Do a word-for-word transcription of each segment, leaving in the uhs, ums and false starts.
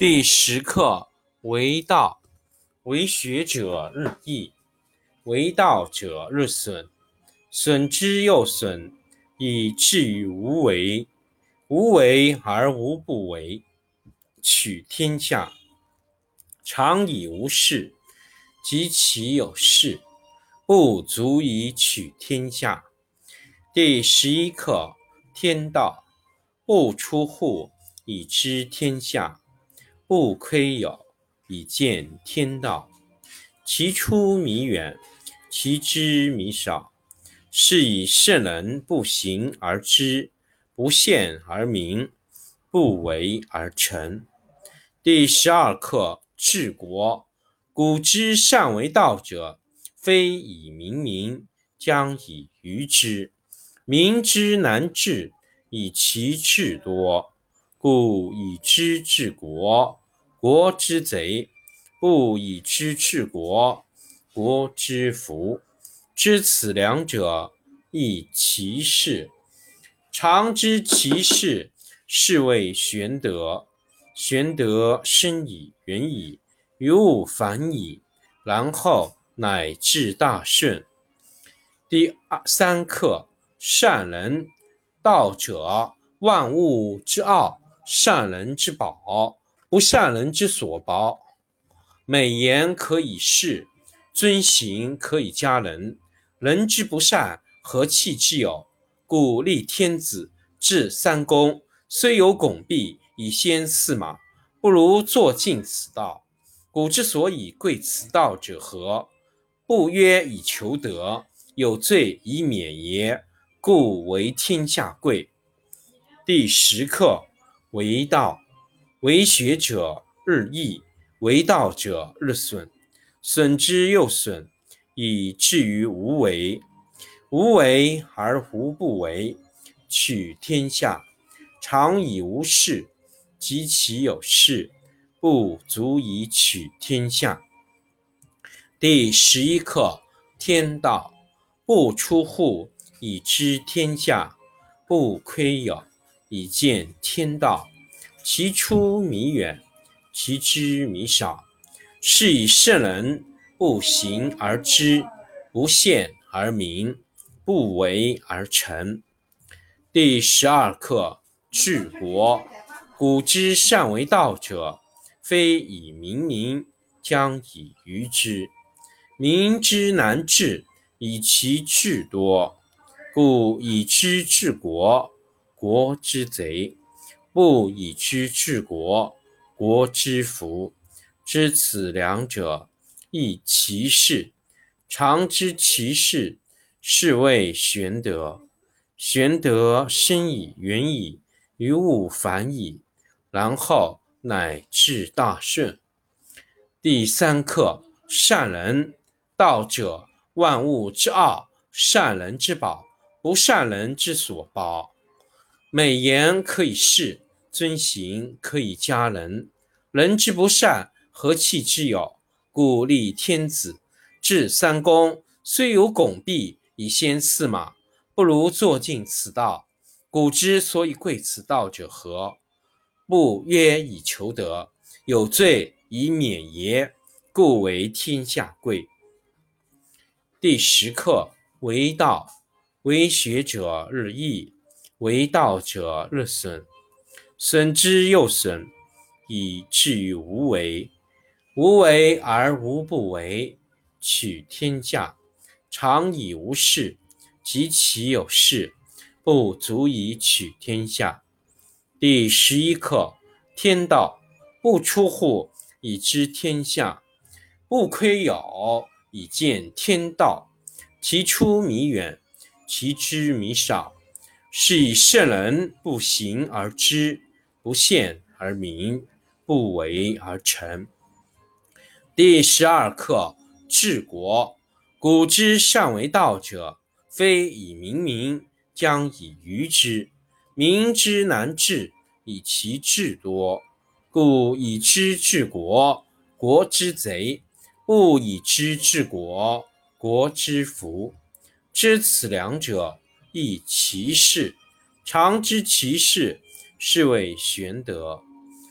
第十课为道，为学者日益，为道者日损，损之又损，以至于无为。无为而无不为，取天下常以无事，及其有事，不足以取天下。第十一课天道，不出户，以知天下。不窥有，以见天道。其出弥远，其知弥少。是以圣人不行而知，不见而明，不为而成。第十二课治国。古之善为道者，非以明民，将以愚之。民之难治，以其智多。故以知治国，国之贼；不以知治国，国之福。知此两者，亦其事。常知其事，是谓玄德。玄德深矣，远矣，于物反矣，然后乃至大顺。第三课善人。道者，万物之奥，善人之宝，不善人之所宝。美言可以世，遵行可以加人。人之不善，何气之有？故立天子，制三公，虽有拱璧以先驷马，不如坐尽此道。古之所以贵此道者何？不曰以求得，有罪以免也，故为天下贵。第十课为道，为学者日益，为道者日损，损之又损，以至于无为。无为而无不为，取天下常以无事，及其有事，不足以取天下。第十一课天道，不出户，以知天下。不窥有，以见天道。其出弥远，其知弥少。是以圣人不行而知，不见而明，不为而成。第十二课治国。古之善为道者，非以明民，将以愚之。民之难治，以其智多。故以知治国，国之贼；不以知治国，国之福。知此两者，亦其事。常知其事，是谓玄德。玄德深矣，远矣，于物反矣，然后乃至大顺。第三课善人。道者，万物之奥，善人之宝，不善人之所宝。美言可以世，遵行可以加人。人之不善，何气之有？故立天子，制三公，虽有拱璧以先驷马，不如坐尽此道。古之所以贵此道者何？不曰以求得，有罪以免也，故为天下贵。第十课为道，为学者日益，为道者日损，损之又损，以至于无为。无为而无不为，取天下常以无事，及其有事，不足以取天下。第十一课天道，不出户，以知天下。不窥有，以见天道。其出弥远，其知弥少。是以圣人不行而知，不见而明，不为而成。第十二课治国。古之善为道者，非以明民，将以愚之。民之难治，以其智多。故以知治国，国之贼；不以知治国，国之福。知此两者，亦其事。常知其事，是谓玄德。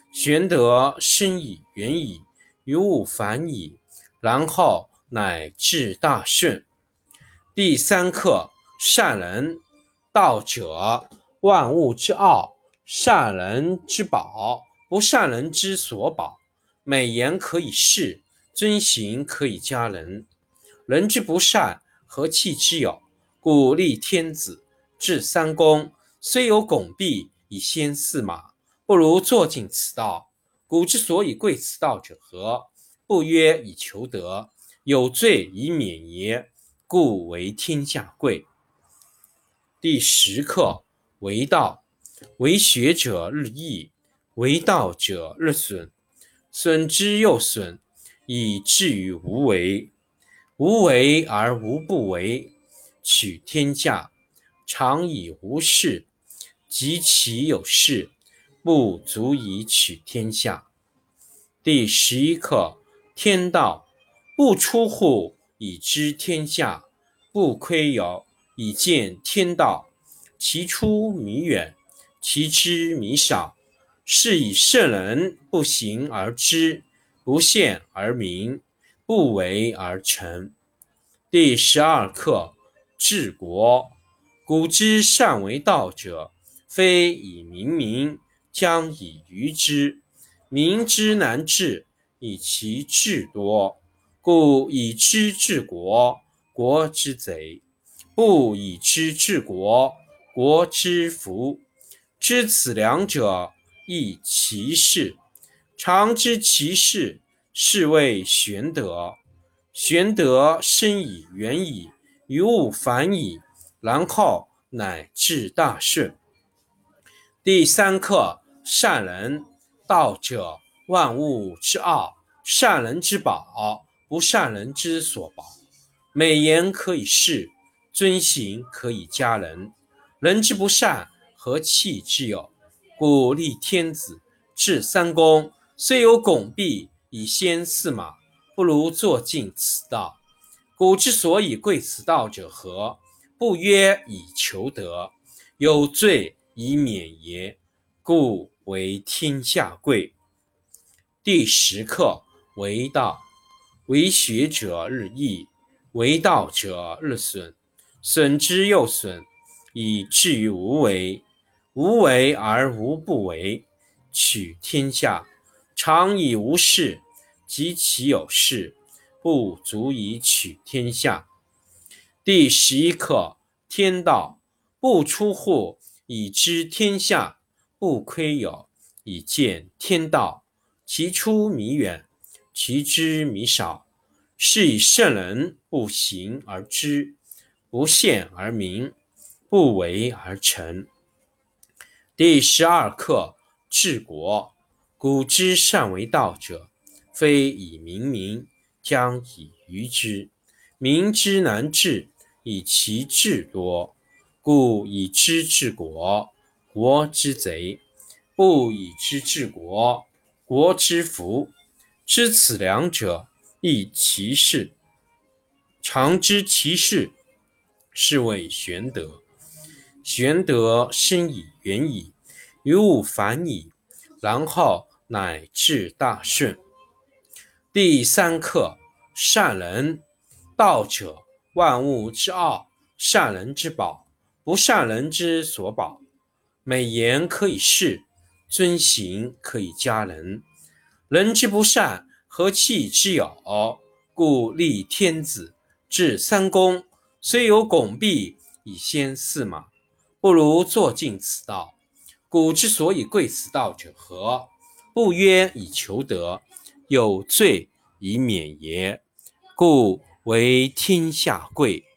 玄德深矣远矣，于物反矣，然后乃至大顺。第三课，善人。道者，万物之奥，善人之宝，不善人之所宝。美言可以世，遵行可以加人。人之不善，何气之有？故立天子，制三公，虽有拱璧以先驷马，不如坐尽此道。古之所以贵此道者何？不曰以求得，有罪以免也，故为天下贵。第十课，为道。为学者日益，为道者日损，损之又损，以至于无为。无为而无不为，取天下常以无事，及其有事，不足以取天下。第十一课，天道。不出户，以知天下；不窥牖，以见天道。其出弥远，其知弥少。是以圣人不行而知，不见而明，不为而成。第十二课，治国。古之善为道者，非以明民，将以愚之。民之难治，以其智多。故以知治国，国之贼；不以知治国，国之福。知此两者，亦其事。常知其事，是谓玄德。玄德深矣远矣，于物反矣，然后乃至大顺。第三课，善人。道者，万物之奥，善人之宝，不善人之所宝。美言可以世，遵行可以加人。人之不善，何气之有？故立天子，制三公，虽有拱璧以先驷马，不如坐尽此道。古之所以贵此道者何？不曰以求得，有罪以免也，故为天下贵。第十课，为道。为学者日益，为道者日损，损之又损，以至于无为。无为而无不为，取天下常以无事，及其有事，不足以取天下。第十一课，天道。不出户，以知天下；不窥牖，以见天道。其出弥远，其知弥少。是以圣人不行而知，不见而明，不为而成。第十二课，治国。古之善为道者，非以明民，将以愚之。民之难治，以其智多。故以知治国，国之贼；不以知治国，国之福。知此两者，亦其事。常知其事，是谓玄德。玄德深矣远矣，于物反矣，然后乃至大顺。第三课，善人。道者，万物之奥，善人之宝，不善人之所宝。美言可以世，遵行可以加人。人之不善，何气之有？故立天子，制三公，虽有拱璧以先驷马，不如坐尽此道。古之所以贵此道者何？不曰以求得，有罪以免也，故为天下贵。